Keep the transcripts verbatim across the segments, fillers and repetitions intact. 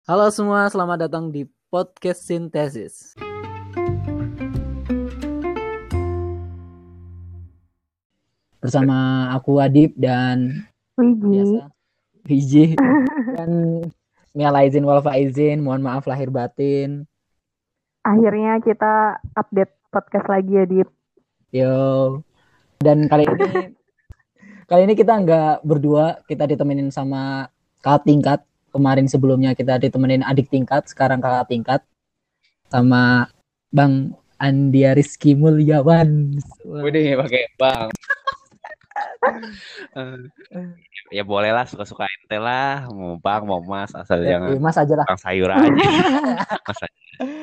Halo semua, selamat datang di podcast Sintesis. Bersama aku Adib dan Wiji. biasa Wiji dan Mial izin wal faizin, mohon maaf lahir batin. Akhirnya kita update podcast lagi ya, Dip. Yo. Dan kali ini kali ini kita nggak berdua, kita ditemenin sama kakak tingkat. Kemarin sebelumnya kita ditemenin adik tingkat, sekarang kakak tingkat sama Bang Andia Rizky Mulyawan. Udah pakai bang. Ya boleh lah, suka-suka ente lah, mau bang mau mas, asal Eh, jangan mas aja lah. bang sayur aja. Mas aja.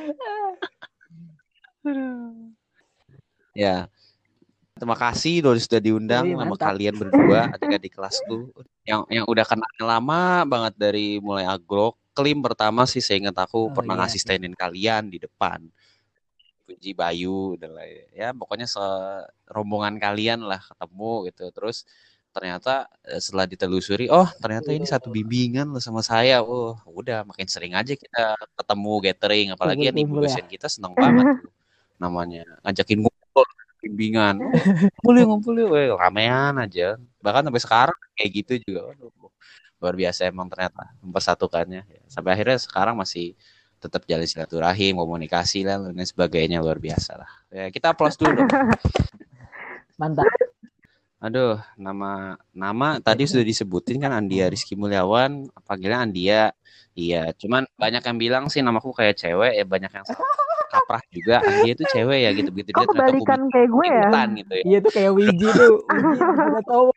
Ya, terima kasih udah sudah diundang Wih, sama mantap. kalian berdua, adik-adik kelasku yang yang udah kenal lama banget dari mulai agro. Klim pertama sih saya ingat aku Oh, pernah iya, ngasistenin kalian di depan. Puji Bayu dan lain ya pokoknya serombongan kalian lah ketemu gitu. Terus ternyata setelah ditelusuri, oh ternyata ini satu bimbingan loh sama saya. Oh udah makin sering aja kita ketemu gathering, apalagi kan ibu Kumpul-kumpul ya. dosen kita seneng banget tuh namanya ngajakin ngumpul bimbingan. Oh, ngumpul ya ngumpul ya, weh, ramean aja. Bahkan sampai sekarang kayak gitu juga. Waduh, luar biasa emang ternyata mempersatukannya. Sampai akhirnya sekarang masih tetap jalin silaturahim, komunikasi lah dan sebagainya, luar biasa lah. Ya, kita aplaus dulu dong. Mantap. Aduh, nama nama tadi sudah disebutin kan, Andia Rizky Mulyawan, panggilnya Andia. Iya, cuman banyak yang bilang sih namaku kayak cewek, ya banyak yang salah kaprah juga. Andia itu cewek ya gitu, begitu Kok dia ternyata kebalikan kayak gue ya? ikutan gitu ya. Iya tuh kayak Wiji tuh, Wiji udah tahu.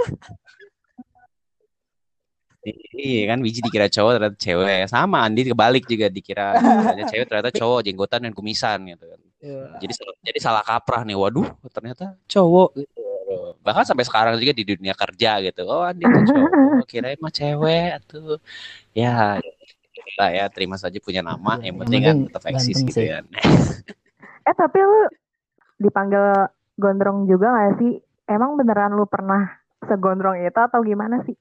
Iya kan, Wiji dikira cowok ternyata cewek. Sama Andi kebalik juga, dikira ternyata cewek ternyata cowok, jenggotan dan kumisan gitu kan. Jadi jadi salah kaprah nih. Waduh, ternyata cowok gitu. Bahkan sampai sekarang juga di dunia kerja gitu. Oh, Andi itu cowok, kirain mah cewek tuh. Ya, kita ya terima saja punya nama, Ya, yang yang penting penting kan tetap eksis ganteng gitu sih. ya. Eh tapi lu dipanggil gondrong juga gak sih? Emang beneran lu pernah segondrong itu atau gimana sih?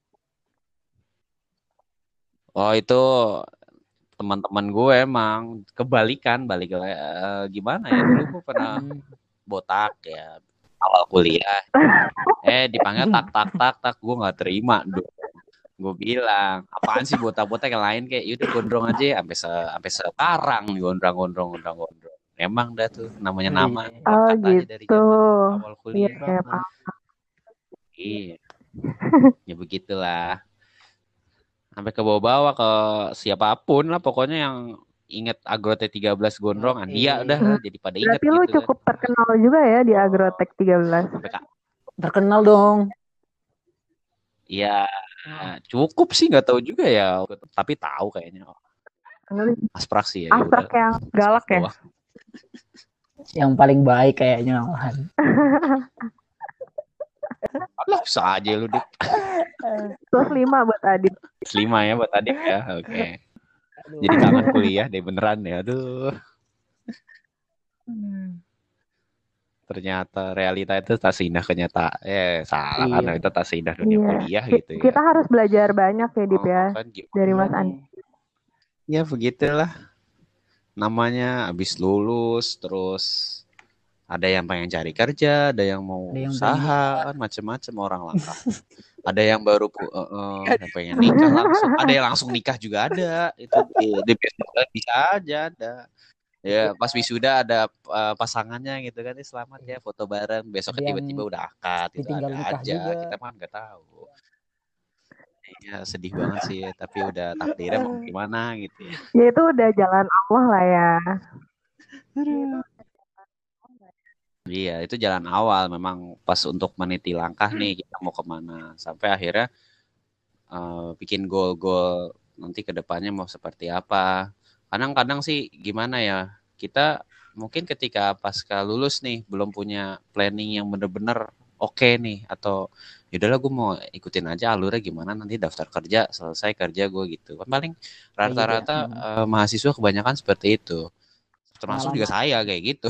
Oh, itu teman-teman gue emang kebalikan, balik uh, gimana ya, dulu gue pernah botak ya awal kuliah, eh dipanggil tak tak tak tak, gue nggak terima dong. Gue bilang apaan sih botak-botak, yang lain kayak yaudah gondrong aja, sampai se sampai sekarang gondrong gondrong gondrong gondrong. Emang dah tuh namanya nama, Oh bakat aja dari gitu. zaman awal Iya, kuliah. iya, paham. Iya, ya begitulah. Sampai ke bawah-bawah ke siapapun lah pokoknya yang inget Agro T tiga belas gondrong, Oke. Andia udah Hmm. jadi pada inget Berarti lu gitu cukup kan. terkenal juga ya di Agrotech tiga belas. Sampai kak, Terkenal dong. ya cukup sih, nggak tahu juga ya, tapi tahu kayaknya. Asprak sih ya. Asprak yaudah. yang galak ya. Yang paling baik kayaknya malahan. Allah bisa aja lu Dik. Plus lima buat Adit. Plus lima ya buat Adit ya. Oke. Okay. Jadi kangen kuliah deh beneran ya. Aduh. Ternyata realita itu tak seindah kenyataan. Eh salah iya. Kan, itu tak seindah dunia iya. kuliah gitu ya. Kita harus belajar banyak ya Dip ya. Oh, kan, dari Mas Andi. Ya begitulah. Namanya abis lulus terus ada yang pengen cari kerja, ada yang mau ada yang usaha, kan macam-macam orang langkah. Ada yang baru uh, uh, yang pengen nikah langsung, ada yang langsung nikah juga ada. Itu di, di bisa aja ada. Ya pas wisuda ada uh, pasangannya gitu kan, selamat ya foto bareng, besok tiba-tiba udah akad, itu ada aja juga. Kita mah nggak tahu. Ya sedih banget sih, tapi udah takdirnya mau gimana gitu ya. Ya itu udah jalan Allah lah ya. Iya itu jalan awal, memang pas untuk meniti langkah nih kita mau kemana, sampai akhirnya uh, bikin goal-goal nanti kedepannya mau seperti apa. Kadang-kadang sih gimana ya, kita mungkin ketika pasca lulus nih belum punya planning yang bener-bener oke okay nih, atau yaudahlah gue mau ikutin aja alurnya gimana, nanti daftar kerja selesai kerja gue gitu kan. Paling rata-rata uh, mahasiswa kebanyakan seperti itu, termasuk juga saya kayak gitu.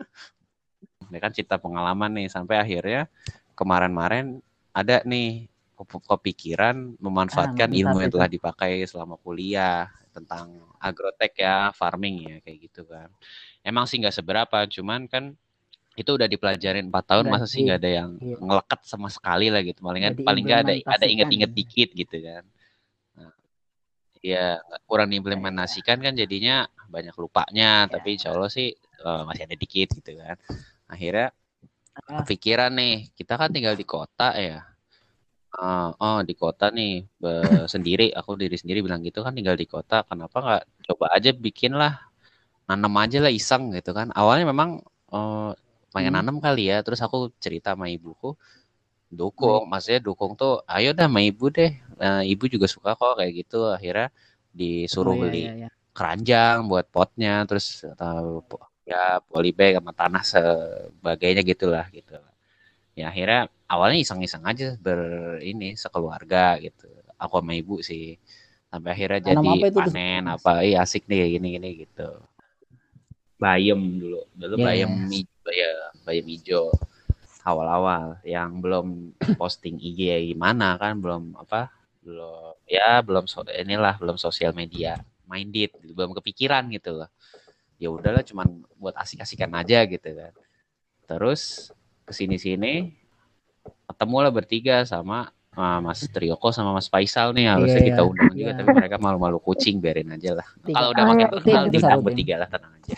Ini kan cerita pengalaman nih, sampai akhirnya kemarin-kemarin ada nih kepikiran memanfaatkan Ah, ilmu mantap yang itu. telah dipakai selama kuliah tentang agrotech ya, farming ya kayak gitu kan. Emang sih nggak seberapa, cuman kan itu udah dipelajarin empat tahun, Nggak masa sih di, nggak ada yang iya, ngelekat sama sekali lah gitu. Paling nggak paling nggak ada ada diimplementasikan. inget-inget dikit gitu kan. Nah, ya kurang Ya, ya, ya. diimplementasikan kan jadinya banyak lupanya, Ya, tapi insya ya. Allah sih eh, masih ada dikit gitu kan. Akhirnya Ah, kepikiran nih, kita kan tinggal di kota ya. Ah, oh di kota nih be- sendiri, aku diri sendiri bilang gitu kan tinggal di kota, kenapa nggak coba aja bikin lah, nanam aja lah iseng gitu kan. Awalnya memang eh, pengen hmm, nanam kali ya, terus aku cerita sama ibuku, dukung, baik. maksudnya dukung tuh, ayo dah sama ibu deh. Eh, ibu juga suka kok kayak gitu. Akhirnya Oh disuruh ya, beli ya, ya. keranjang buat potnya, terus atau ya polybag sama tanah sebagainya gitulah gitu. Ya akhirnya awalnya iseng-iseng aja ber ini sekeluarga gitu. Aku sama ibu sih. Sampai akhirnya Tanam jadi apa itu tuh, panen Mas? apa, iya asik nih kayak gini-gini gitu. Bayem dulu. Dulu Ya, ya, bayem ya. hijau ya, bayem hijau awal-awal yang belum posting I G gimana kan, belum apa? Belum ya belum so, inilah belum sosial media minded, belum kepikiran gitu loh. Ya udahlah cuman buat asik-asikan aja gitu kan. Terus kesini-sini ketemu lah bertiga sama uh, Mas Trioko sama Mas Faisal nih, Iya, harusnya ya. kita undang Ya. juga tapi mereka malu-malu kucing, biarin aja lah. Tiga. Kalau udah Oh makin ya, Tim terkenal kita diundang satu tim. bertiga lah, tenang aja.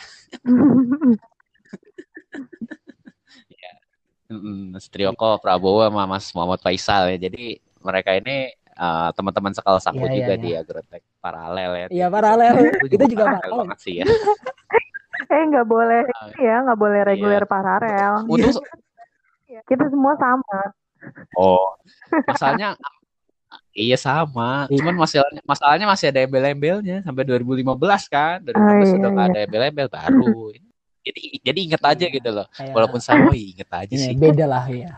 Ya. Mas Trioko, Prabowo sama Mas Muhammad Faisal ya. Jadi mereka ini uh, teman-teman sekelas aku Iya, iya, juga iya. di Agrotech paralel ya Iya, di, di paralel. Jogja. Itu Kita juga juga paralel paralel. banget sih ya. eh nggak boleh Uh, ya, nggak boleh reguler iya. paralel. Untung Kita semua sama. oh, masalahnya iya sama, Iya. cuman masalahnya masalahnya masih ada embel-embelnya sampai dua ribu lima belas kan, Oh dua ribu enam belas iya udah nggak iya. ada embel-embel baru. Jadi jadi inget aja Iya. gitu loh. Walaupun Kayak sama, oh, inget aja ini sih. beda lah ya.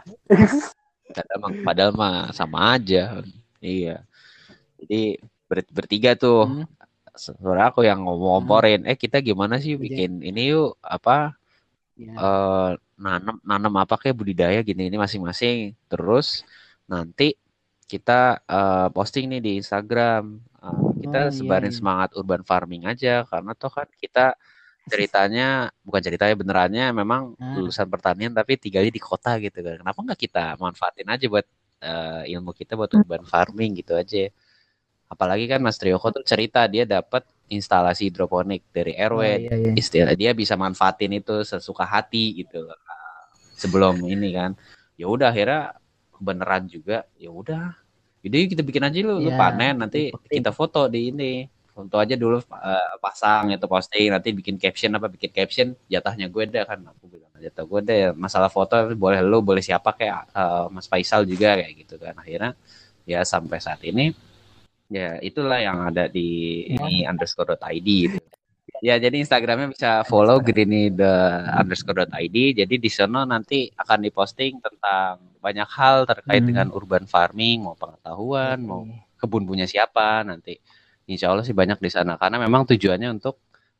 Padahal mah, padahal mah sama aja. Iya. Jadi ber, bertiga tuh, Hmm. suara aku yang Ah, ngomong-ngomporin, eh kita gimana sih Ujek. bikin ini yuk apa Ya. eh nanam nanam apa kayak budidaya gini ini masing-masing. Terus nanti kita eh, posting nih di Instagram. Eh, kita Oh iya, sebarin iya. semangat urban farming aja karena toh kan kita ceritanya bukan ceritanya benerannya memang Nah, lulusan pertanian tapi tinggalnya di kota gitu kan. Kenapa nggak kita manfaatin aja buat eh, ilmu kita buat urban farming gitu aja. Apalagi kan Mas Trioko tuh cerita dia dapat instalasi hidroponik dari R W. oh iya, iya. Istilah dia bisa manfaatin itu sesuka hati gitu loh. Sebelum ini kan. Ya udah akhirnya beneran juga. Ya udah. Jadi kita bikin aja lu, lu Ya, panen nanti penting. kita foto di ini. Foto aja dulu uh, pasang itu posting, nanti bikin caption apa bikin caption jatahnya gue deh kan, aku bilang jatah gue deh, masalah foto boleh lu boleh siapa kayak uh, Mas Faisal juga kayak gitu kan. Akhirnya ya sampai saat ini ya itulah yang ada di Ya, ini underscore id gitu. Ya jadi Instagramnya bisa follow Greeny the underscore id. Jadi di sana nanti akan diposting tentang banyak hal terkait hmm, dengan urban farming, mau pengetahuan, baik, mau baik. kebun punya siapa nanti. Insya Allah sih banyak di sana karena memang tujuannya untuk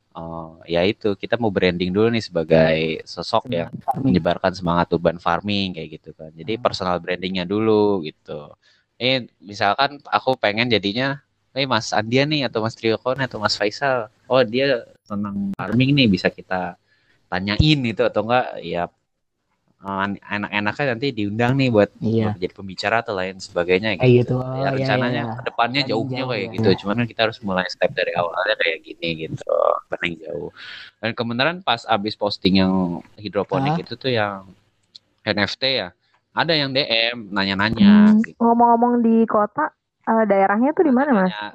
uh, ya itu kita mau branding dulu nih sebagai sosok yang Semangat farming. menyebarkan semangat urban farming kayak gitu kan. Jadi personal brandingnya dulu gitu. Eh misalkan aku pengen jadinya, eh Mas Andia nih atau Mas Trioko nih atau Mas Faisal, oh dia senang farming nih, bisa kita tanyain itu atau enggak ya eh, enak-enaknya nanti diundang nih buat Iya, jadi pembicara atau lain sebagainya kayak gitu. gitu. Oh Ya iya, iya, rencananya iya. kedepannya Planning jauhnya jauh kayak ya. gitu. Cuman kan kita harus mulai step dari awalnya kayak gini gitu. Planning jauh. Dan kebenaran pas abis posting yang hidroponik Ah, itu tuh yang N F T ya, ada yang D M nanya-nanya Hmm, gitu. ngomong-ngomong di kota, eh, daerahnya tuh di mana mas? Nanya,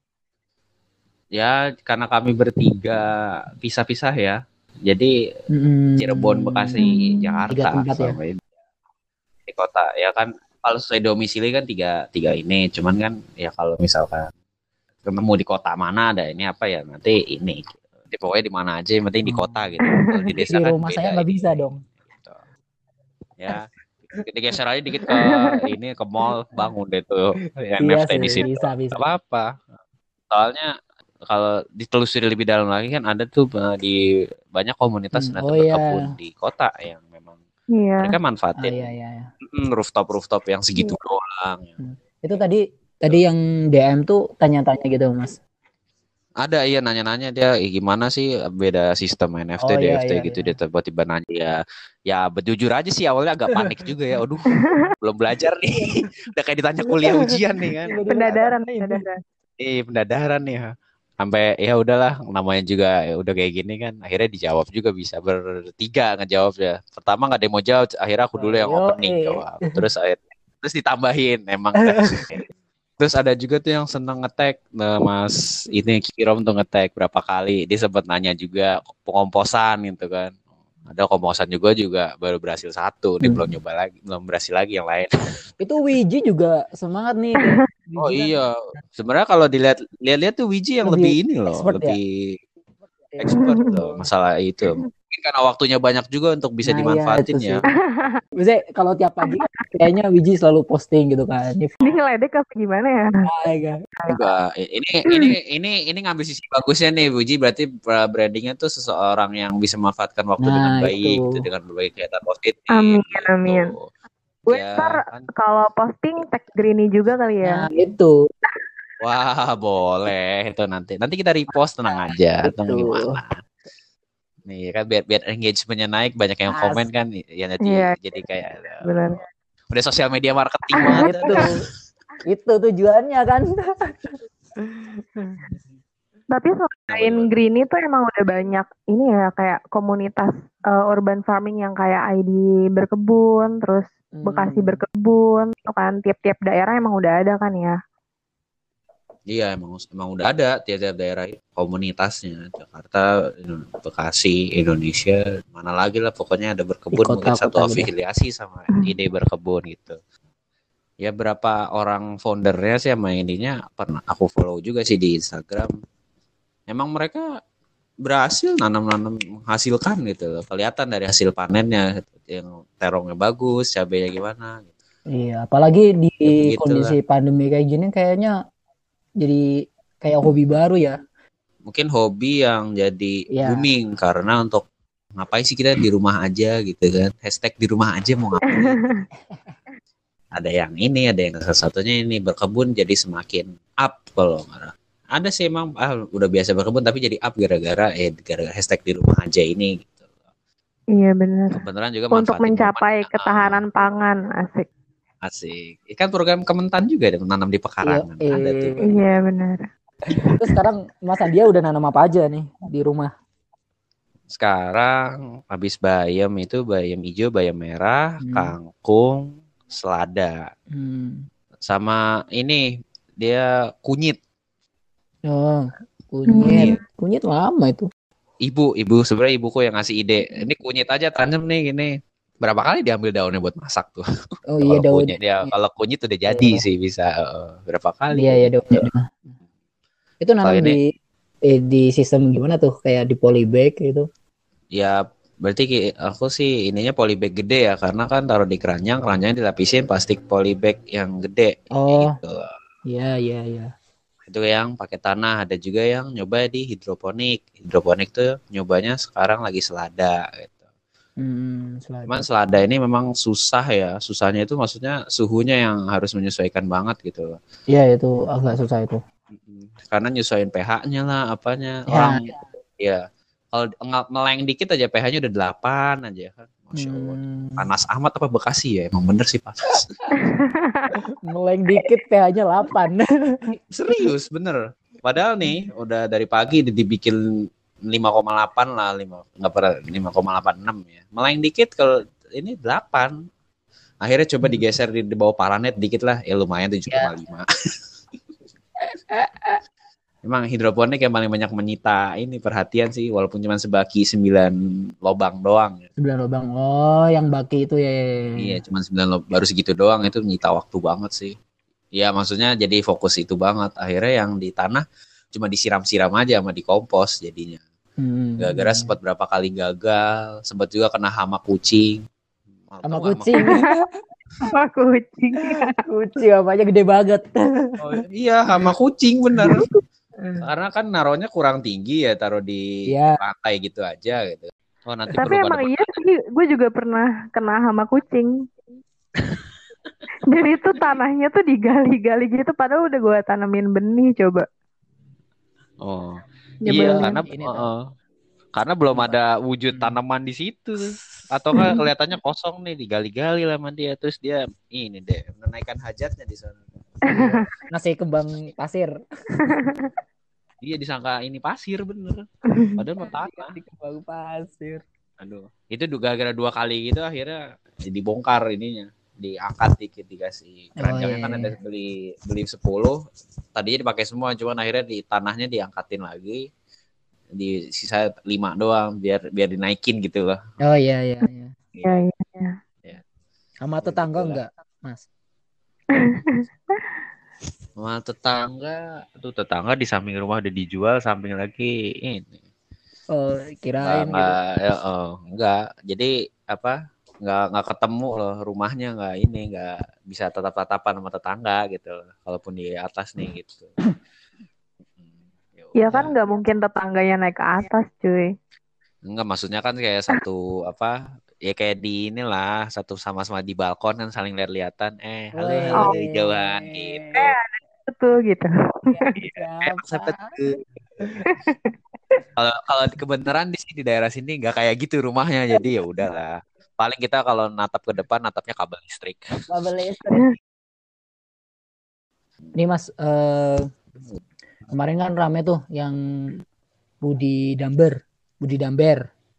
ya karena kami bertiga pisah-pisah ya. Jadi mm, Cirebon, Bekasi, Hmm. tiga Jakarta tempat ya. selama ini di kota ya kan. Kalau sesuai domisili kan tiga tiga ini. Cuman kan ya kalau misalkan ketemu di kota mana ada ini apa ya nanti ini. Jadi pokoknya di mana aja, yang penting di kota gitu. Kalau di Di, desa di kan rumah beda saya nggak ini. bisa dong. Gitu. Ya digeser aja dikit ke ini ke mall bangun deh tuh Iya N F T sih, di situ. bisa, bisa. Gak apa-apa. Soalnya kalau ditelusuri lebih dalam lagi kan ada tuh uh, di banyak komunitas Hmm, ternyata oh iya, berkebun di kota yang memang Iya. Mereka Oh, manfaatin iya iya. iya. mm, rooftop-rooftop yang segitu Iya. doang. Hmm. Itu tadi tadi yang D M tuh tanya-tanya gitu Mas. Ada iya nanya-nanya dia "Ih, gimana sih beda sistem N F T Oh iya D F T iya gitu iya. dia tiba-tiba nanya ya ya jujur aja sih awalnya agak panik juga ya aduh belum belajar nih udah kayak ditanya kuliah ujian nih kan Pendadaran, pendadaran. eh pendadaran nih ya. Sampai ya udahlah namanya juga ya udah kayak gini kan akhirnya dijawab juga bisa bertiga ngejawab ya pertama nggak ada yang mau jawab akhirnya aku dulu yang Yo, opening eh. jawab terus akhirnya terus ditambahin emang terus ada juga tuh yang seneng ngetek nah, Mas ini Kirom tuh ngetek berapa kali dia sempat nanya juga pengomposan gitu kan ada komposan juga juga baru berhasil satu dia Hmm. belum nyoba lagi belum berhasil lagi yang lain Itu Wiji juga semangat nih. oh Wiji kan iya sebenarnya kalau dilihat lihat-lihat tuh Wiji yang lebih lebih ini loh expert ya. lebih expert loh masalah itu mungkin karena waktunya banyak juga untuk bisa Nah, iya, dimanfaatin itu ya sih. Biasanya kalau tiap pagi kan kayaknya Wiji selalu posting gitu kan. Ini Ini ngeledek apa gimana ya? Aega. enggak ini ini ini ini ngambil sisi bagusnya nih Wuji berarti uh, brandingnya tuh seseorang yang bisa memanfaatkan waktu dengan Nah, baik itu. gitu dengan berbagai kegiatan positif Amin, gitu. amin. Gue Ya, ntar kan? kalau posting tag Greeny juga kali ya. Nah, itu. Wah boleh itu nanti nanti kita repost tenang aja atau Itu. gimana nih kan biar biar engagementnya naik banyak yang As. komen kan ya nanti Iya, jadi kayak benar. udah sosial media marketing banget Itu. Itu tujuannya kan. Tapi selain Greeny tuh emang udah banyak ini ya kayak komunitas uh, urban farming yang kayak I D berkebun, terus Bekasi Hmm. berkebun, itu kan tiap-tiap daerah emang udah ada kan ya. Iya emang emang udah ada tiap-tiap daerah komunitasnya Jakarta, Bekasi, Indonesia mana lagi lah pokoknya ada berkebun Di mungkin satu kota-kota gitu. afiliasi sama ide berkebun gitu. Ya berapa orang foundernya sih sama ininya pernah aku follow juga sih di Instagram. Emang mereka berhasil nanam-nanam menghasilkan gitu loh. Kelihatan dari hasil panennya yang terongnya bagus, cabenya gimana. Gitu. Iya, apalagi di Ya, kondisi pandemi kayak gini kayaknya jadi kayak hobi baru ya. Mungkin hobi yang jadi ya. booming karena untuk ngapain sih kita di rumah aja gitu kan. Hashtag di rumah aja mau ngapain. Ada yang ini, ada yang salah satunya ini berkebun jadi semakin up kalau nggak. Ada sih emang ah, udah biasa berkebun tapi jadi up gara-gara eh gara-gara hashtag di rumah aja ini gitu. Iya benar. Kebetulan juga untuk mencapai momen, ketahanan uh, pangan asik. Asik. Ikan program Kementan juga ada menanam di pekarangan. Iya, ada tuh. Iya benar. Terus sekarang Mas Andia udah nanam apa aja nih di rumah? Sekarang habis bayam itu bayam hijau, bayam merah, hmm. kangkung, selada. Hmm. Sama ini dia kunyit. Oh, kunyit. Hmm. Kunyit lama itu. Ibu, ibu sebenarnya ibuku yang ngasih ide. Ini kunyit aja tanam nih gini. Berapa kali diambil daunnya buat masak tuh. Oh iya daun. Kunyit, ya, kalau kunyit udah jadi iya. sih bisa uh, berapa kali. Iya iya daunnya. Itu nanam di eh, di sistem gimana tuh? Kayak di polybag gitu. Ya berarti aku sih ininya polybag gede ya karena kan taruh di keranjang, keranjangnya dilapisin plastik polybag yang gede. Oh. Gitu. Iya iya iya. Itu yang pakai tanah, ada juga yang nyoba di hidroponik. Hidroponik tuh nyobanya sekarang lagi selada gitu. Hmm, selada. Cuman selada ini memang susah ya, susahnya itu maksudnya suhunya yang harus menyesuaikan banget gitu. Iya itu agak susah itu. Karena nyesuaiin pH-nya lah, apanya ya. Orang ya kalau meleng dikit aja pH-nya udah delapan aja kan. Masya Allah. Hmm. Panas amat apa Bekasi ya? Emang bener sih panas. Meleng dikit pH-nya delapan. Serius bener. Padahal nih udah dari pagi dibikin lima koma delapan lah, lima nggak pernah lima koma delapan enam ya. Meleng dikit kalau ini delapan. Akhirnya coba digeser di, di bawah paranet dikit lah, ya lumayan tujuh koma lima. Emang hidroponik yang paling banyak menyita ini perhatian sih, walaupun cuma sebaki sembilan lobang doang. sembilan lobang, oh yang baki itu ya. Iya, cuma sembilan lobang, baru segitu doang, itu menyita waktu banget sih. Ya maksudnya jadi fokus itu banget. Akhirnya yang di tanah cuma disiram-siram aja sama dikompos jadinya. Hmm. Gara-gara sempat berapa kali gagal, sempat juga kena hama kucing. Hama kucing. Hama kucing. Kucing apanya gede banget. Oh, iya, hama kucing bener. Karena kan naruhnya kurang tinggi ya, taruh di yeah. lantai gitu aja gitu. Oh nanti Tapi perlu pada emang iya sih, gue juga pernah kena hama kucing. Jadi tuh tanahnya tuh digali-gali gitu, padahal udah gue tanemin benih coba. Oh iya Nyebelin. karena Ini uh, tuh uh, karena belum tempat. ada wujud Hmm. tanaman di situ. Atau kan kelihatannya kosong nih digali-gali lah sama dia terus dia ini deh menaikkan hajatnya di sana. Iya. Nasi kembang pasir. Dia disangka ini pasir bener. Padahal mau tanah. Nasi kembang pasir. Aduh, itu juga gara-gara dua kali gitu akhirnya dibongkar ininya, diangkat dikit dikasih Oh keranjangnya iya. kan ada Iya. beli beli sepuluh, tadinya dipakai semua, cuman akhirnya di tanahnya diangkatin lagi, di sisa lima doang biar biar dinaikin gitu loh. Oh iya iya iya. Ya, Iya, ya. ya. Sama Ya, tetangga gitulah. enggak, Mas? Sama tetangga, tuh tetangga di samping rumah udah dijual, samping lagi ini. Oh, Nggak, kirain gitu. nggak, ya, oh, nggak. Jadi apa? Nggak nggak ketemu loh rumahnya, nggak ini nggak bisa tatap-tatapan sama tetangga gitu. Kalaupun di atas nih gitu. Hmm, ya Ya udah. kan nggak mungkin tetangganya naik ke atas, cuy. Enggak, maksudnya kan kayak satu apa? Ya kayak di inilah satu sama-sama di balkon kan saling lihat-lihatan. Eh, halo halo Oh, dari jauhan gitu. Weh. betul gitu. Ya, Eh, siapa? siapa tuh? Kalau kalau kebenaran di sini di daerah sini nggak kayak gitu rumahnya, jadi ya udahlah. Paling kita kalau natap ke depan natapnya kabel listrik. Kabel listrik. Ini Mas, eh, kemarin kan rame tuh yang Budi Damber, Budi Damber.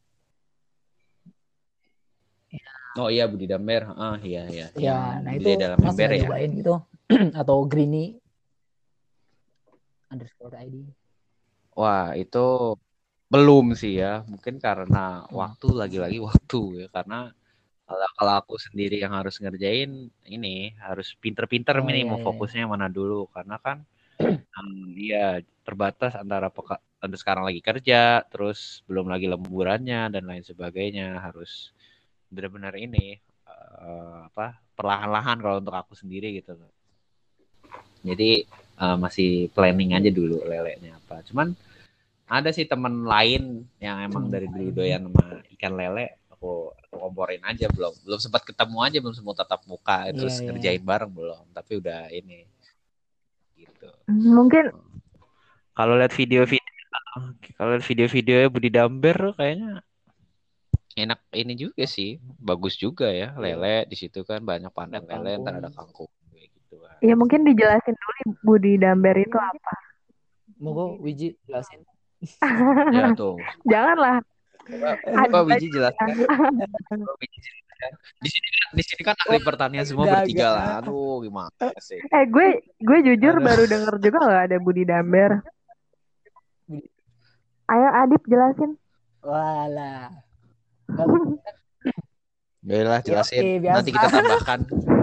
Oh iya Budi Damber, ah iya iya. Ya, Yang nah itu budaya dalam Mas ember nggak ya. nyobain gitu atau Greeny underscore I D. Wah itu belum sih ya, mungkin karena Hmm. waktu lagi-lagi waktu ya, karena kalau kalau aku sendiri yang harus ngerjain ini harus pinter-pinter Oh nih iya mau iya. fokusnya mana dulu, karena kan um, dia terbatas antara peka, ada sekarang lagi kerja, terus belum lagi lemburannya dan lain sebagainya, harus benar-benar ini uh, apa perlahan-lahan kalau untuk aku sendiri gitu. Jadi uh, masih planning aja dulu lelenya apa. Cuman ada sih temen lain yang emang Temen dari dulu lain. doyan sama ikan lele. Aku, aku komporin aja belum. Belum sempat ketemu aja, belum sempat tatap muka. Iya Terus iya. ngerjain bareng belum. Tapi udah ini gitu. Mungkin Kalau lihat video-video, kalau lihat video-video Budi Damber kayaknya enak ini juga sih. Bagus juga ya Iya. lele di situ kan banyak Ada panen lele, ntar ada kangkung. kangkung kayak gitu kan. ya mungkin dijelasin dulu Budi Damber itu apa. Mogo Wiji jelasin. Ya tuh. Janganlah. Coba, Ada coba Wiji aja. jelaskan. Coba Wiji jelaskan. Di sini kan, di sini kan ahli pertanian semua bertiga lah. Aduh, gimana sih? Eh gue gue jujur Aduh. baru denger juga nggak ada Budi Damber. Ayo Adip jelasin. Walah. Baiklah jelasin. Ya, oke, biasa. Nanti kita tambahkan.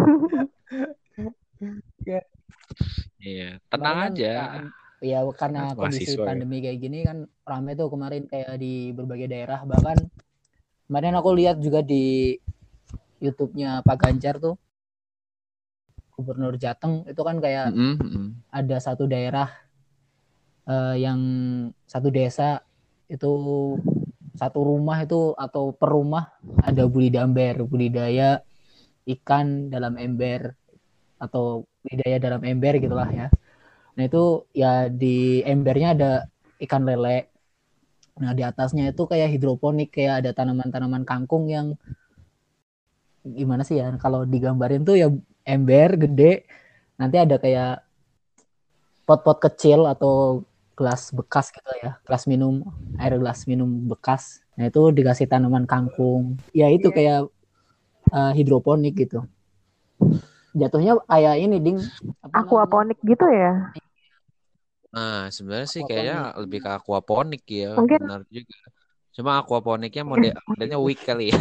Ya. Iya, tenang Kemarin kan, aja. ya karena Kan kondisi mahasiswa ya. pandemi kayak gini kan rame tuh kemarin kayak di berbagai daerah, bahkan kemarin aku lihat juga di YouTube-nya Pak Ganjar tuh, Gubernur Jateng itu kan kayak Mm-mm, mm-mm. ada satu daerah eh, yang satu desa itu satu rumah itu atau per rumah ada budidaya ember, budidaya ikan dalam ember atau budidaya dalam ember gitulah ya. Nah itu ya di embernya ada ikan lele. Nah di atasnya itu kayak hidroponik, kayak ada tanaman-tanaman kangkung yang gimana sih ya, kalau digambarin tuh ya ember gede, nanti ada kayak pot-pot kecil atau gelas bekas gitu ya, gelas minum, air gelas minum bekas. Nah itu dikasih tanaman kangkung. Ya itu kayak uh, hidroponik gitu. Jatuhnya kayak ini ding. Apa Aquaponik gitu ya? Nah, sebenarnya sih Aquaponik. kayaknya lebih ke aquaponik ya, Mungkin benar juga. Cuma aquaponiknya model modelnya weak kali ya.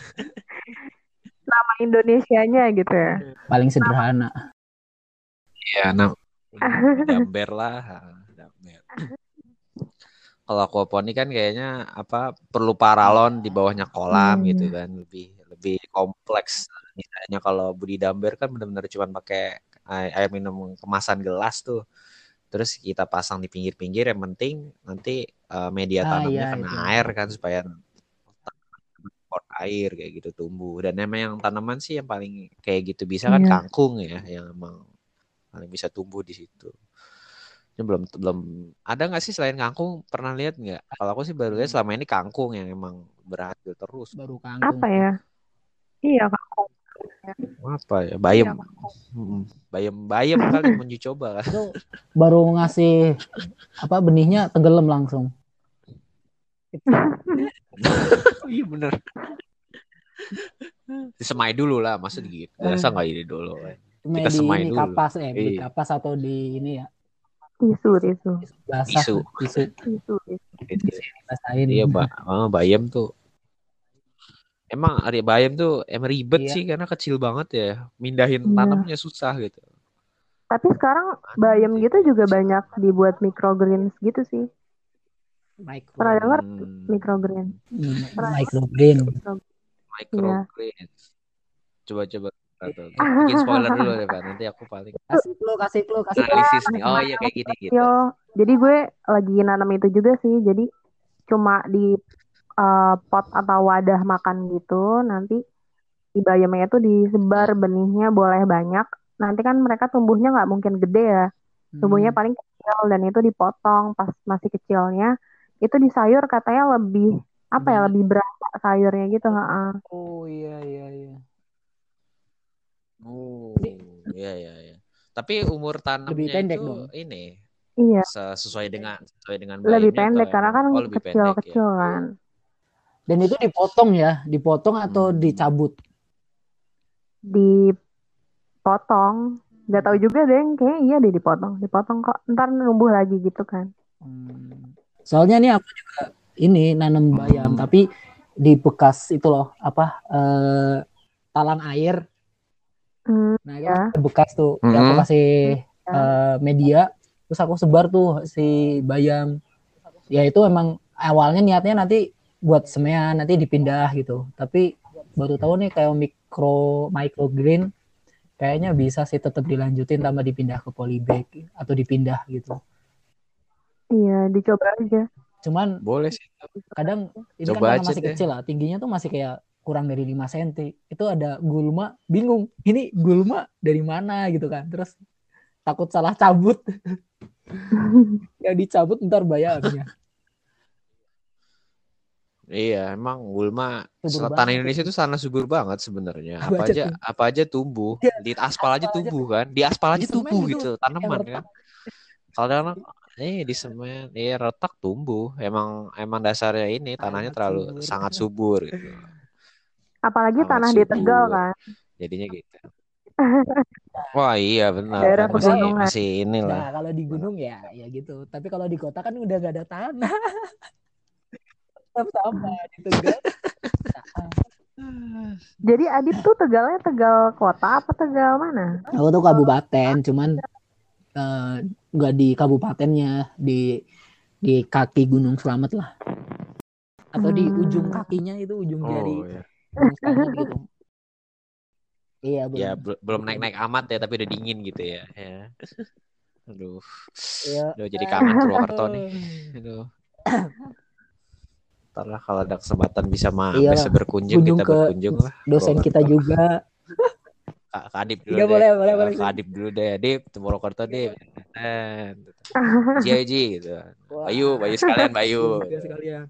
nama Indonesianya gitu ya. Paling sederhana. Ya, nah, Damber lah, Damber. Kalau aquaponik kan kayaknya apa perlu paralon di bawahnya kolam Hmm. gitu kan, lebih lebih kompleks. Misalnya kalau Budi Damber kan benar-benar cuma pakai air minum kemasan gelas tuh. Terus kita pasang di pinggir-pinggir, yang penting nanti uh, media Ah, tanamnya iya, kena itu. air kan supaya support air kayak gitu tumbuh. Dan emang yang tanaman sih yang paling kayak gitu bisa kan Iya. kangkung ya, yang emang paling bisa tumbuh di situ. Ini belum belum ada nggak sih selain kangkung, pernah lihat nggak? Kalau aku sih baru lihat selama ini kangkung yang emang berhasil terus. Baru kangkung. Apa ya? Iya kangkung. Apa ya? Bayam. Iya, kangkung. Hmm, bayam bayam kali menju coba kan. Itu baru ngasih apa benihnya tenggelam langsung. Iya bener. Disemai dulu lah, masa digigit. Biasa nggak ini dulu kan. Cuma Kita di semai ini dulu. kapas eh di Iya. kapas atau di ini ya. Tisu, tisu. Basah, Tisu. tisu. Tisu, tisu. Basahin. Iya, Mbak. Oh, bayam tuh. Emang ada bayam tuh emang ribet Iya. sih karena kecil banget ya. Mindahin Iya. tanamnya susah gitu. Tapi sekarang bayam sih, gitu bayam juga kecil. banyak dibuat microgreens gitu sih. Micro Pernah dengar Hmm, microgreen? microgreen. microgreens. Coba-coba atau bikin spoiler dulu deh, Pak. Nanti aku paling Kasih clue, kasih clue, kasih clue. analisis nih. Oh iya kayak gini gitu. Yo, jadi gue lagi nanam itu juga sih. Jadi cuma di uh, pot atau wadah makan gitu. Nanti di bayamnya itu disebar benihnya boleh banyak. Nanti kan mereka tumbuhnya nggak mungkin gede ya. Tumbuhnya Hmm. paling kecil dan itu dipotong pas masih kecilnya. Itu di sayur katanya lebih apa ya Banyak. lebih berasa sayurnya gitu. Ha-ha. Oh iya iya iya. Oh, iya iya iya. Tapi umur tanamnya Lebih pendek itu dong. ini Iya, sesuai dengan sesuai dengan lebih bayamnya atau pendek karena emang kan oh lebih pendek ya. kecil-kecil kan. Dan itu dipotong ya, dipotong atau Hmm. dicabut? Dipotong. Gak tahu juga deh, kayaknya iya deh dipotong. Dipotong kok, ntar numbuh lagi gitu kan. Hmm. Soalnya nih aku juga ini nanam bayam, Hmm. tapi di bekas itu loh, apa eh, talang air. Hmm, Nah itu ya. kan ada bekas tuh, ya aku Hmm. kasih Ya. eh, media, terus aku sebar tuh si bayam. Ya itu emang awalnya niatnya nanti buat semean, nanti dipindah gitu. Tapi baru tahu nih kayak mikro microgreen kayaknya bisa sih tetap dilanjutin tambah dipindah ke polybag atau dipindah gitu. Iya, dicoba aja. Cuman Boleh sih. kadang ini Coba kan karena aja masih deh. kecil lah, tingginya tuh masih kayak kurang dari lima sentimeter. Itu ada gulma, bingung. Ini gulma dari mana gitu kan. Terus takut salah cabut. Ya dicabut ntar bayamnya. Iya, emang Gulma Subur selatan banget Indonesia itu. itu sana subur banget sebenarnya. Apa Apa aja aja tuh? apa aja tumbuh. Ya, Di aspal aja aspal aja tumbuh kan. Di aspal di aja semen tumbuh itu gitu yang tanaman kan. retak. Kalau eh di semen, iya retak tumbuh. Emang emang dasarnya ini tanahnya Sangat terlalu subur. sangat subur gitu. Apalagi Sangat tanah di Tegal subur. kan. Jadinya gitu. Wah iya benar Daerah kan masih pegunungan. masih inilah. Nah kalau di gunung ya ya gitu. Tapi kalau di kota kan udah gak ada tanah. Tetap sama di Tegal. Jadi Adit tuh Tegalnya Tegal kota apa Tegal mana? Aku tuh kabupaten, cuman eh, nggak di kabupatennya, di di kaki Gunung Slamet lah, atau di ujung Hmm. kakinya itu ujung jari Oh ya. Gunung Slamet gitu. Iya Ya belum. bel- belum naik-naik amat ya tapi udah dingin gitu ya. Ya. Aduh. Iya. Aduh jadi kangen Purwokerto nih. Aduh. Ntar lah kalau ada kesempatan bisa mah Iya bisa lah. berkunjung Kunjung kita ke berkunjung lah dosen Purwokerto. kita juga. Kak Kak Adip dulu Iya deh. boleh boleh Eh, boleh. Kak Adip dulu deh. Adip ke Purwokerto Dip. Eh, Ji Ji gitu. Wah, Bayu, Bayu sekalian Bayu. juga sekalian.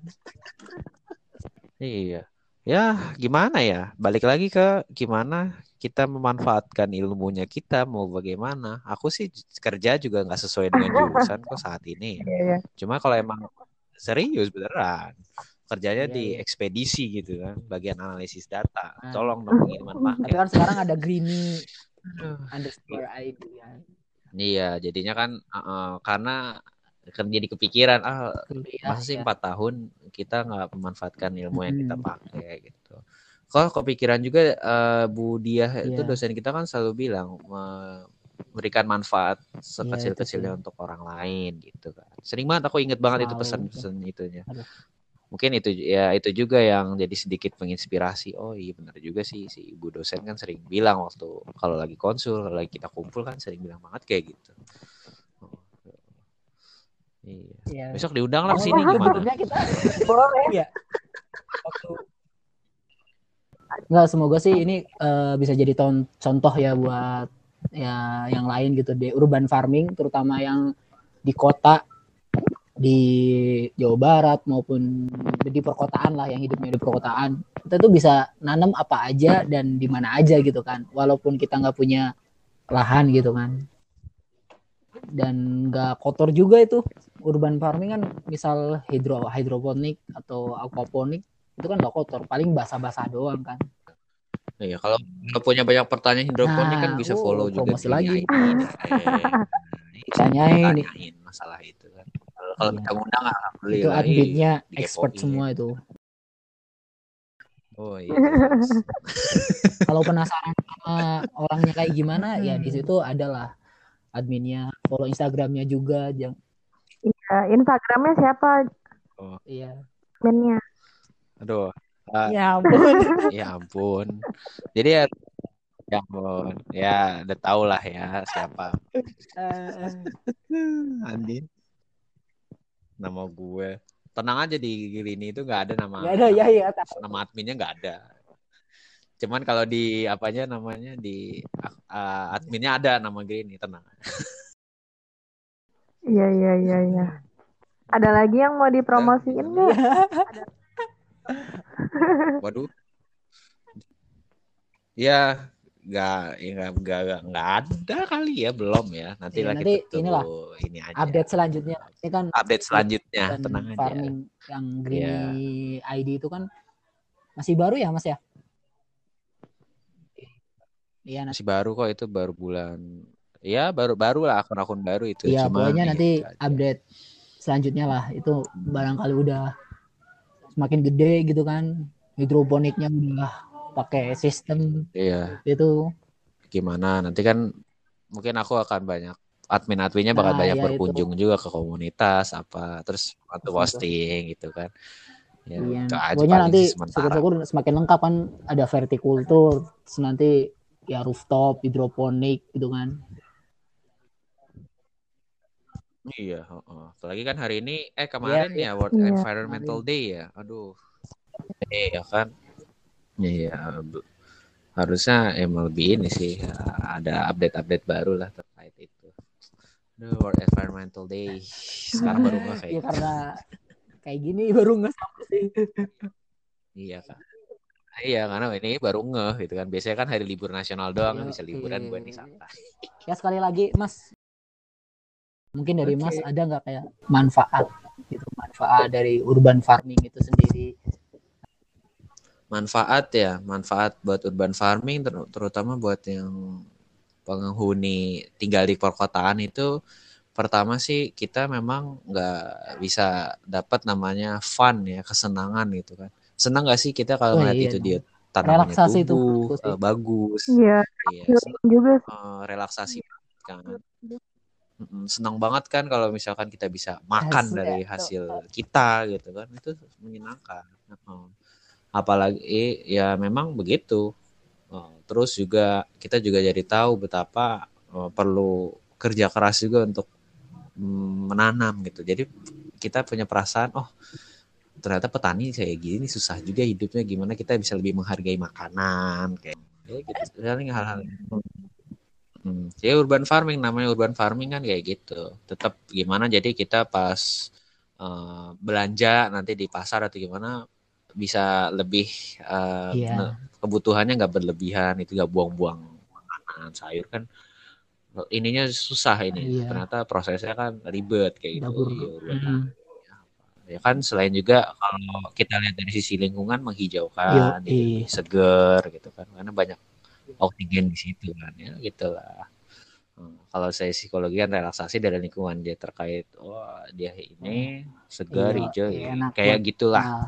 Iya. Ya, gimana ya? Balik lagi ke gimana kita memanfaatkan ilmunya kita mau bagaimana. Aku sih kerja juga nggak sesuai dengan jurusan kok saat ini. Iya. Cuma kalau emang serius beneran kerjanya Iya, di iya. ekspedisi gitu kan, bagian analisis data. Nah, Tolong dong pengiriman tapi paket. kan sekarang ada Greeny Aduh. underscore I D ya. Iya, jadinya kan uh, karena kan jadi kepikiran ah Kuliah masa sih ya. empat tahun kita nggak memanfaatkan ilmu yang kita Hmm. pakai gitu. Kalau kepikiran juga uh, Bu Diah itu Iya. dosen kita kan selalu bilang memberikan manfaat Iya, itu sekecil-kecilnya sih. untuk orang lain gitu kan. Sering banget aku inget banget itu Selalu. pesan-pesan itunya. Aduh. Mungkin itu ya itu juga yang jadi sedikit menginspirasi. Oh iya benar juga sih si ibu dosen kan sering bilang waktu kalau lagi konsul, kalau lagi kita kumpul kan sering bilang banget kayak gitu. Oh, iya. Iya. Besok diundang lah Oh, sini ya, gimana? sebelumnya kita boleh ya. Waktu Nggak, semoga sih ini uh, bisa jadi ton- contoh ya buat ya yang lain gitu di urban farming, terutama yang di kota di Jawa Barat maupun di perkotaan lah, yang hidupnya di perkotaan. Kita tuh bisa nanam apa aja dan di mana aja gitu kan, walaupun kita nggak punya lahan gitu kan, dan nggak kotor juga itu. Urban farming kan misal hidro hidroponik atau aquaponik itu kan nggak kotor, paling basah-basah doang kan. Iya, kalau kalau punya banyak pertanyaan hidroponik kan Nah, bisa oh, follow juga promosi Grini lagi. I D deh. Eh, Tanyain nih. tanyain masalah itu kan. Kalau kalau Iya. kita ngundang Itu alhamdulillah adminnya iya, expert dikepoin. semua itu. Oh iya jelas. Kalau penasaran sama orangnya kayak gimana, ya di situ adalah adminnya. Follow Instagramnya juga, jangan. Iya, Instagramnya siapa Oh, Iya. adminnya? aduh. Ah, Ya ampun. ya ampun. Jadi ya, ya ampun. Ya udah tau lah ya siapa. Andin. Nama gue. Tenang aja di Grini itu nggak ada nama. Gak ada, ya ya. Nama adminnya nggak ada. Cuman kalau di apanya namanya di uh, adminnya ada nama Grini, tenang. Iya, iya, iya, iya. Ada lagi yang mau dipromosiin nggak? Waduh. Ya, nggak, ya, nggak, nggak ada kali ya, belum ya. Nanti Ya, lah nanti kita tunggu inilah ini aja. update selanjutnya. Ini kan Update selanjutnya, tenang aja. Farming yang Greeny Ya. I D itu kan masih baru ya Mas ya? Iya, masih baru kok, itu baru bulan. Ya baru-baru lah, akun-akun baru itu. Iya, Cuma pokoknya nanti gitu update selanjutnya lah. Itu barangkali udah semakin gede gitu kan, hidroponiknya udah pakai sistem. Iya. Itu Gimana nanti kan mungkin aku akan banyak admin-adminnya bakal nah, banyak ya berkunjung itu. juga ke komunitas apa, terus waktu posting gitu kan. Ya, iya. itu aja Pokoknya paling nanti sih sementara. syukur-syukur semakin lengkap kan, ada vertikultur, terus nanti ya rooftop, hidroponik gitu kan. Iya, oh. Apalagi kan hari ini eh kemarin ya, ya, ya World iya. Environmental Day ya. Aduh. Iya kan. Iya, harusnya emang lebih ini sih, ada update-update baru lah terkait itu. Aduh, World Environmental Day. Sekarang baru nggak kayak ya karena kayak gini baru nggak sama sih. Iya kan. Iya, karena ini baru ngeh gitu kan. Biasanya kan hari libur nasional doang kan bisa liburan buat nih santai. Ya sekali lagi Mas, mungkin dari okay. Mas ada nggak kayak manfaat gitu, manfaat dari urban farming itu sendiri? Manfaat ya, manfaat buat urban farming ter- terutama buat yang penghuni tinggal di perkotaan itu, pertama sih kita memang nggak bisa dapat namanya fun ya, kesenangan gitu kan. Senang nggak sih kita kalau oh, ngeliat iya, itu dia tanamannya tumbuh itu, uh, bagus. Iya. Iya. Juga. Uh, relaksasi kan. Senang banget kan kalau misalkan kita bisa makan Hasil, dari hasil kita gitu kan, itu menyenangkan. Uh, apalagi ya memang begitu. Uh, terus juga kita juga jadi tahu betapa uh, perlu kerja keras juga untuk um, menanam gitu. Jadi kita punya perasaan, oh ternyata petani kayak gini susah juga hidupnya, gimana kita bisa lebih menghargai makanan kayak gitu. Misalnya hal-hal Hmm. Ya urban farming, namanya urban farming kan kayak gitu. Tetap gimana jadi kita pas uh, belanja nanti di pasar atau gimana bisa lebih uh, yeah. kebutuhannya nggak berlebihan, itu nggak buang-buang makanan sayur kan. Ininya susah ini. Yeah. Ternyata prosesnya kan ribet kayak gitu. Ya, urban mm-hmm. ya kan selain juga kalau kita lihat dari sisi lingkungan menghijaukan, jadi seger gitu kan. Karena banyak oksigen di situ kan ya gitulah. Hmm, kalau saya psikologi kan relaksasi dari lingkungan dia terkait, oh dia ini segar iya, hijau iya, kayak buat, gitulah. Nah,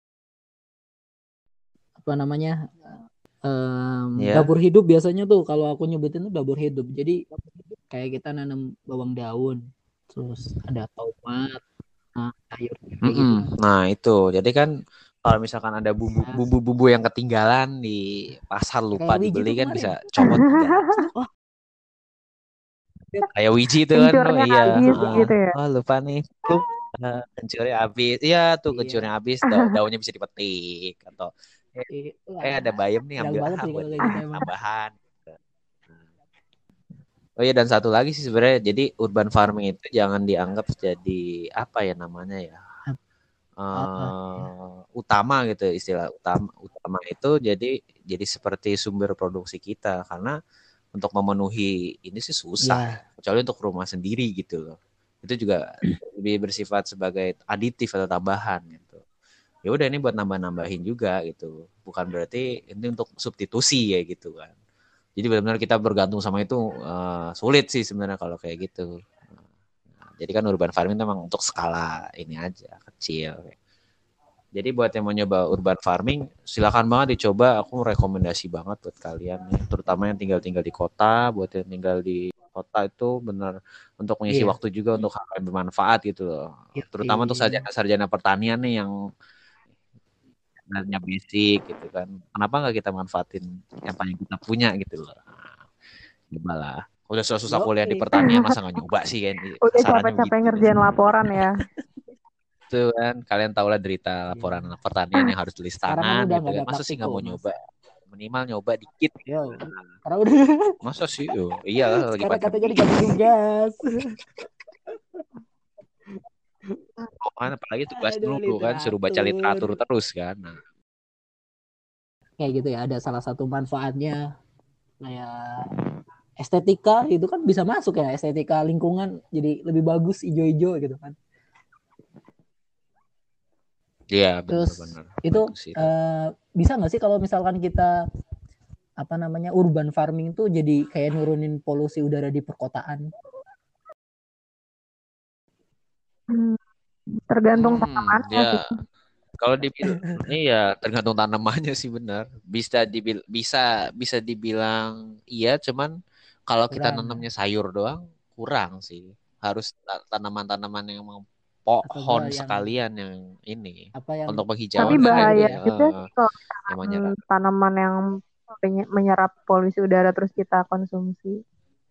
apa namanya um, yeah. dapur hidup biasanya tuh kalau aku nyebutin tuh dapur hidup. Jadi kayak kita nanam bawang daun, terus ada tomat, nah, sayur kayak mm-hmm. gitu. Nah itu jadi kan kalau misalkan ada bumbu-bumbu yang ketinggalan di pasar lupa kayak dibeli kan kemarin. Bisa comot oh. Kayak wiji itu kan, oh iya, uh, gitu ya? Oh lupa nih, tuh uh, kencurnya habis, iya tuh kencurnya habis, da- daunnya bisa dipetik atau Eh, eh ada bayam nih ambil ah buat sih, gitu, tambahan. Oh iya dan satu lagi sih sebenarnya jadi urban farming itu jangan dianggap jadi apa ya namanya ya uh, utama gitu istilah utama utama itu jadi jadi seperti sumber produksi kita karena untuk memenuhi ini sih susah yeah. kecuali untuk rumah sendiri gitu loh itu juga lebih bersifat sebagai aditif atau tambahan gitu ya udah ini buat nambah-nambahin juga gitu bukan berarti ini untuk substitusi ya gitu kan. Jadi benar-benar kita bergantung sama itu uh, sulit sih sebenarnya kalau kayak gitu. Nah, jadi kan urban farming itu memang untuk skala ini aja kecil. Jadi buat yang mau nyoba urban farming, silakan banget dicoba. Aku rekomendasi banget buat kalian, ya. Terutama yang tinggal-tinggal di kota. Buat yang tinggal di kota itu benar untuk mengisi yeah. waktu juga untuk hal yang bermanfaat gitu loh. Yeah. Terutama untuk sarjana-sarjana pertanian nih yang sebenarnya basic gitu kan. Kenapa nggak kita manfaatin yang paling kita punya gitu loh. Coba lah. Udah susah-susah kuliah di pertanian masa nggak nyoba sih kan. Udah capek-capek gitu, ngerjain kan. Laporan ya. Itu kan kalian tahu lah derita laporan yeah. pertanian yang harus tulis tangan gitu kan. Masa sih nggak mau nyoba? Minimal nyoba dikit. Yo, karena udah. Masa sih? Yo, iya lagi pandemi. Katanya dikasih tugas. Oh, kan apalagi tugas dulu kan suruh baca literatur terus kan. Nah. Kayak gitu ya, ada salah satu manfaatnya kayak estetika itu kan bisa masuk ya, estetika lingkungan jadi lebih bagus ijo-ijo gitu kan. Iya, benar-benar. Itu uh, bisa nggak sih kalau misalkan kita apa namanya urban farming tuh jadi kayak nurunin polusi udara di perkotaan? Hmm, tergantung hmm, tanamannya ya. sih. Kalau dibilang iya tergantung tanamannya sih benar. Bisa dibil bisa bisa dibilang iya, cuman kalau kita nanamnya sayur doang kurang sih. Harus tanaman-tanaman yang memang pohon yang, sekalian yang ini apa yang, untuk penghijauan. Tapi bahaya ya, juga sih kalau yang tanaman yang menyerap polusi udara terus kita konsumsi.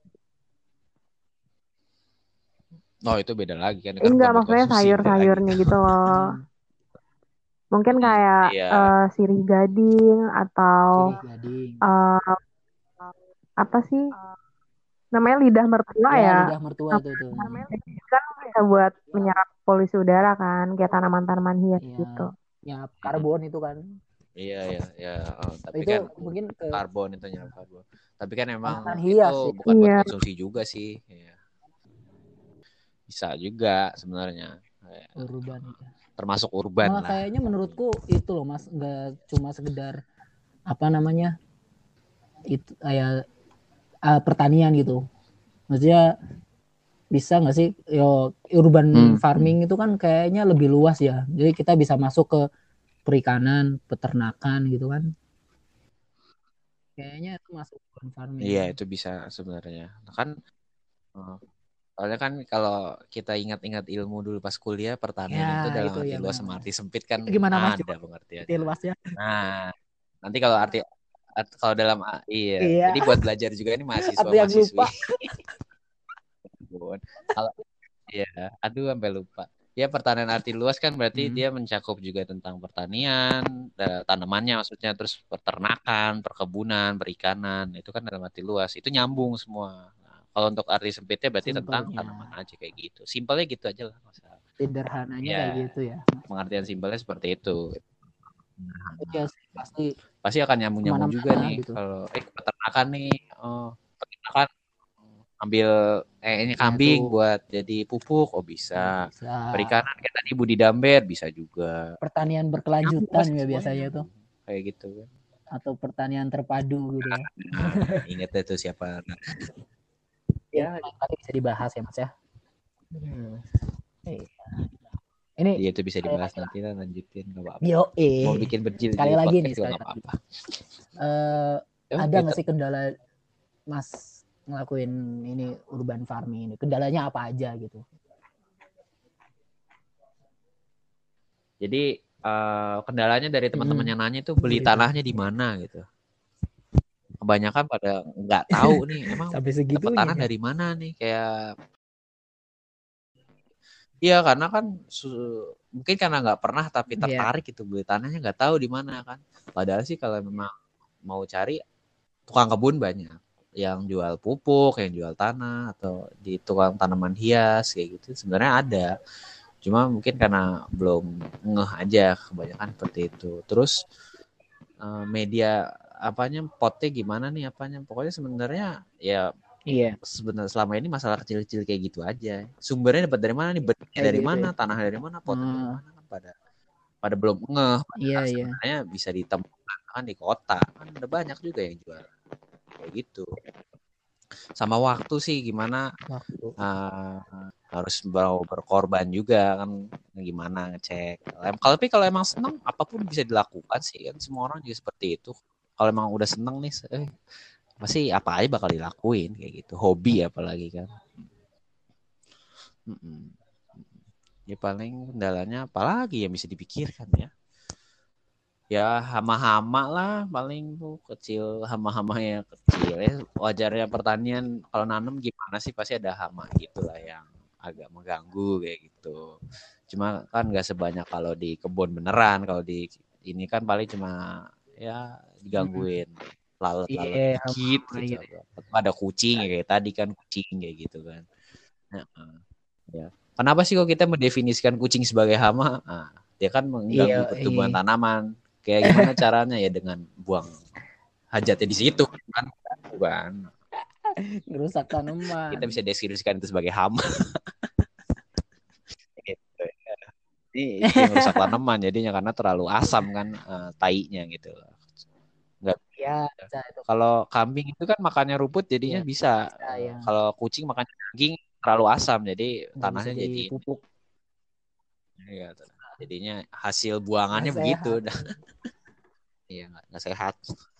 Oh itu beda lagi kan. Enggak, maksudnya sayur-sayurnya gitu loh. Mungkin kayak iya. uh, sirih gading atau sirih gading. Uh, apa sih namanya lidah mertua ya, ya? Lidah mertua tuh, tuh. Kan bisa buat menyerap polusi udara kan, kayak tanaman-tanaman hias ya, gitu. Ya karbon itu kan. Iya iya ya. Oh, tapi itu kan mungkin ke karbon itu nyerap karbon. Tapi kan emang hias, itu ya. bukan iya. buat konsumsi juga sih. Ya. Bisa juga sebenarnya. Urban. Termasuk urban Malah lah. Kayaknya menurutku itu loh Mas, nggak cuma sekedar apa namanya itu kayak uh, pertanian gitu. Maksudnya bisa nggak sih yo urban hmm. farming itu kan kayaknya lebih luas ya. Jadi kita bisa masuk ke perikanan, peternakan gitu kan. Kayaknya itu masuk urban farming. Iya, itu bisa sebenarnya. Kan uh, soalnya kan kalau kita ingat-ingat ilmu dulu pas kuliah pertanian ya, itu dalam itu arti ya, luas sama arti sempit kan gimana, ada pengertiannya. Arti luasnya. Nah, nanti kalau arti kalau dalam iya, iya. Jadi buat belajar juga ini mahasiswa mahasiswi. Kalau iya, aduh sampai lupa. Ya pertanian arti luas kan berarti hmm. dia mencakup juga tentang pertanian, tanamannya maksudnya, terus peternakan, perkebunan, perikanan, itu kan dalam arti luas. Itu nyambung semua. Nah, kalau untuk arti sempitnya berarti Simpelnya. tentang tanaman aja kayak gitu. Simpelnya gitu aja lah. Sederhananya ya, kayak gitu ya. Pengertian simpelnya seperti itu. Nah, ya, pasti pasti akan nyambung-nyambung juga nih gitu. Kalau eh peternakan nih, oh, peternakan ambil eh ini kambing ya, buat jadi pupuk, oh bisa. bisa. Perikanan kayak tadi budidamber bisa juga. Pertanian berkelanjutan ya, ya biasanya tuh. Kayak gitu kan. Atau pertanian terpadu gitu ya. Nah, ingat itu siapa. Nah. Ya, tadi bisa dibahas ya Mas ya. Hmm. Ini iya itu bisa dibahas nanti lah, lanjutin enggak apa-apa. Yo, eh. Mau bikin berjil sekali lagi nih sekali apa-apa. Uh, ada nggak sih kendala Mas ngelakuin ini urban farming ini? Kendalanya apa aja gitu? Jadi uh, kendalanya dari teman-teman hmm. yang nanya itu beli tanahnya di mana gitu. Kebanyakan pada nggak tahu nih emang dapat tanah dari mana nih, kayak iya karena kan mungkin karena nggak pernah tapi Iya. tertarik itu beli tanahnya, nggak tahu di mana kan. Padahal sih kalau memang mau cari tukang kebun banyak yang jual pupuk, yang jual tanah atau di tukang tanaman hias kayak gitu sebenarnya ada. Cuma mungkin karena belum ngeh aja kebanyakan seperti itu. Terus eh, media apanya potnya gimana nih apanya? Pokoknya sebenarnya ya Iya. sebenarnya selama ini masalah kecil-kecil kayak gitu aja. Sumbernya dapat dari mana nih? Benihnya Kayak dari gitu mana? ya. Tanah dari mana? Potnya dari Hmm, mana kan pada pada belum ngeh. iya Padahal iya. sebenarnya bisa ditemukan kan di kota. Kan ada banyak juga yang jual kayak gitu. Sama waktu sih gimana Waktu. uh, harus mau berkorban juga kan gimana ngecek. Kalau tapi kalau emang seneng apapun bisa dilakukan sih kan semua orang juga seperti itu. Kalau emang udah seneng nih eh, pasti apa aja bakal dilakuin kayak gitu. Hobi apalagi kan. Mm-mm. Ya paling kendalanya apalagi yang bisa dipikirkan ya. Ya hama-hama lah paling tuh kecil hama-hamanya kecil ya wajarnya pertanian kalau nanam gimana sih pasti ada hama gitulah yang agak mengganggu kayak gitu. Cuma kan nggak sebanyak kalau di kebun beneran kalau di ini kan paling cuma ya digangguin lalat-lalat Iya, dikit hama gitu gitu. atau ada kucing ya kayak tadi kan kucing kayak gitu kan. Nah, ya. Kenapa sih kok kita mendefinisikan kucing sebagai hama? Nah, dia kan Iya, mengganggu pertumbuhan iya. tanaman. Kayak gimana caranya ya dengan buang hajatnya di situ kan? Bukan. Ngerusak tanaman. Kita bisa deskripsikan itu sebagai hama. Gitu. Ini yang merusak tanaman jadinya karena terlalu asam kan uh, tainya gitu. Enggak. Ya, bisa itu. Kalau kambing itu kan makannya rumput jadinya Iya, bisa. bisa Uh, ya. kalau kucing makan daging terlalu asam jadi Nggak bisa tanahnya jadi jadi pupuk. ya, jadinya hasil buangannya Nggak begitu. sehat. Iya nggak nggak sehat.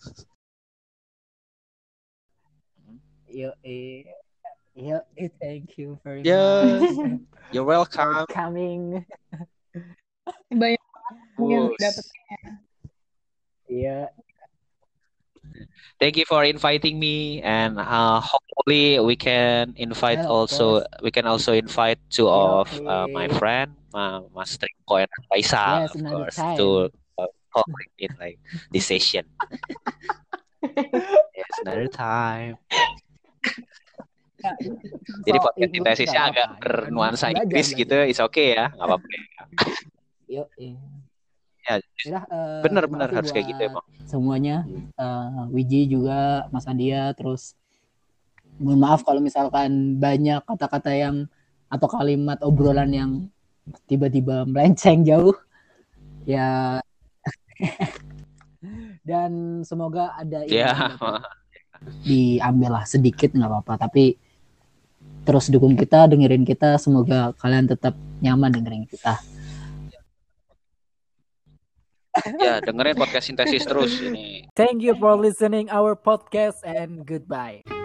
Yo, eh, yo, eh, thank you very Yeah, much you're for welcome. coming. Banyak yang Who's... dapat. Iya. Thank you for inviting me, and uh, hopefully we can invite Yeah, of also course. we can also invite two Yo, of uh, my eh, friend, uh, Mas Triko and Faisal, yes, of another course, to time. uh, talk in like this session. Yes, another time. Ya, Jadi so podcast English nggak sintesisnya agak apa-apa. Kan bernuansa belajar Inggris gitu, belajar. is okay ya, nggak apa-apa. Yo, eh. Ya, Yaudah, eh, terima bener-bener kasih harus kayak gitu buat emang. semuanya. Eh, Wiji juga, Mas Andia, terus mohon maaf kalau misalkan banyak kata-kata yang atau kalimat obrolan yang tiba-tiba melenceng jauh. Ya, dan semoga ada ilmu Ya, yang dapat diambil lah sedikit nggak apa-apa. Tapi terus dukung kita, dengerin kita. Semoga kalian tetap nyaman dengerin kita. ya dengerin podcast sintesis terus ini. Thank you for listening our podcast and goodbye.